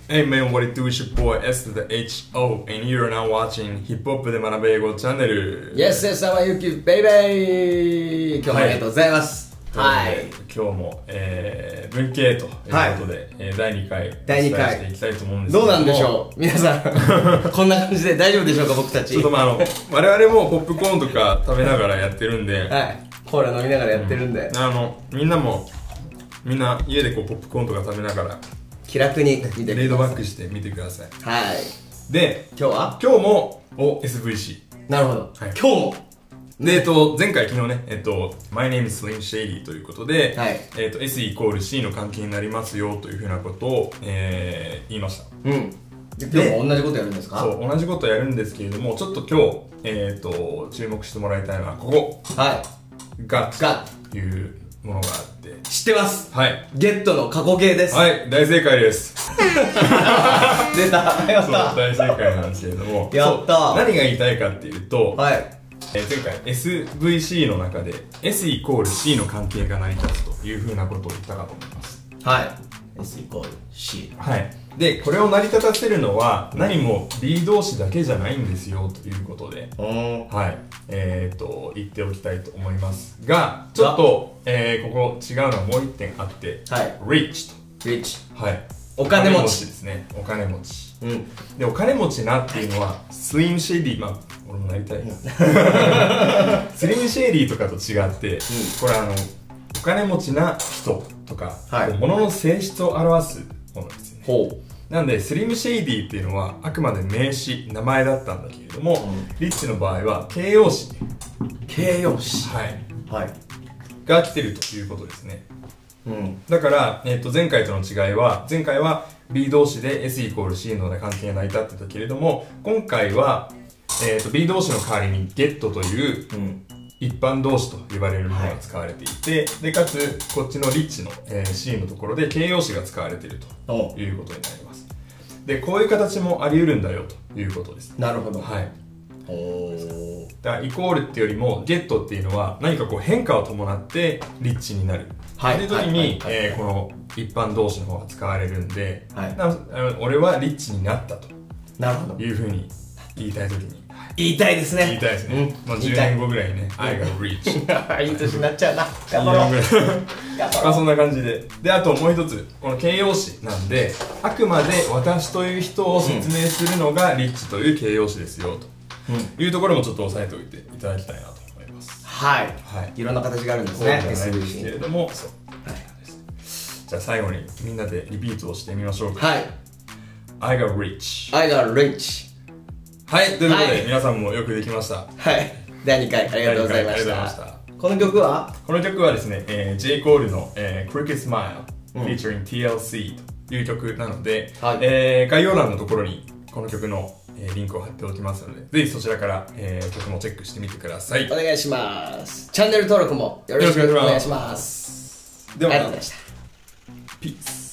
Hey man, what it do? It's your boy S to the H-O and you're now watching ヒップホップで学べ英語チャンネル。 Yes, yes, how are you, baby? 今日もありがとうございます。はい。 今日も、文系ということで、第2回お伝えしていきたいと思うんですけども、 どうなんでしょう皆さん。こんな感じで大丈夫でしょうか僕たち。 ちょっと我々もポップコーンとか食べながらやってるんで、 はい。コーラ飲みながらやってるんで。 みんな家でこうポップコーンとか食べながら気楽に見てください。 レードバックして見てください。 はい。 で、 今日もSVC。 なるほど。はい、今日もで、前回昨日ね、My name is Slim Shady ということで、はい、S イコール C の関係になりますよというふうなことを、言いました。 うん。で、今日も同じことやるんですか？ そう、同じことやるんですけれども、ちょっと今日、注目してもらいたいのは、ここ。 はい。 ガというものがあって。 知ってます。 はい。 ゲットの過去形です。 はい、大正解です。 出た。やった。 大正解なんですけれども。 やった。 何が言いたいかっていうと、 はい。 前回 SVC の中で S イコール C の関係が成り立つというふうなことを言ったかと思います。 はい。S イコール C。 はい。で、これを成り立たせるのは何も B 動詞だけじゃないんですよということで、はい。言っておきたいと思いますが、ちょっと、ここ違うのはもう一点あって、 はい。 rich と。 rich。 はい。 お金持ちですね。お金持ち。 うん。 で、お金持ちなっていうのは、スリムシェディ、俺もなりたい。スリムシェディとかと違って、これお金持ちな人とか、物の性質を表すものですね。 ほう。 なんで、スリムシェイディっていうのはあくまで名詞、名前だったんだけれども、リッチの場合は形容詞。 形容詞。 はい。 はい。 が来てるということですね。 うん。 だから、前回との違いは、前回は B 動詞で S イコール C の関係が成り立ってたけれども、今回は、B 動詞の代わりに get という、一般動詞と呼ばれるものが使われていて、で、かつ、こっちのリッチの、C のところで形容詞が使われているということになります。で、こういう形もあり得るんだよということです。 なるほど。 はい。だから、イコールっていうよりも、ゲットっていうのは何かこう変化を伴ってリッチになる。はい。という時に、この一般動詞の方が使われるんで、はい、俺はリッチになったと。 なるほど。 いうふうに言いたい時に。 言いたいですね。 言いたいですね。10年後ぐらいね、I got rich。 いい年になっちゃうな。頑張ろう。 そんな感じで。で、あともう一つ、この形容詞なんで、あくまで私という人を説明するのがリッチという形容詞ですよ、というところもちょっと押さえておいていただきたいなと思います。 はい。いろんな形があるんですね。 そうじゃないですけれども、そう。じゃあ最後にみんなでリピートをしてみましょうか。 はい。 I got rich。 I got rich。 はい、ということで、皆さんもよくできました。 はい。第2回ありがとうございました。この曲はですね、J. Cole の、Cricket Smile featuring TLC という曲なので、概要欄のところにこの曲の、リンクを貼っておきますので、ぜひそちらから、曲もチェックしてみてください。 お願いします。チャンネル登録もよろしくお願いします。 では、 ありがとうございました。 ピース。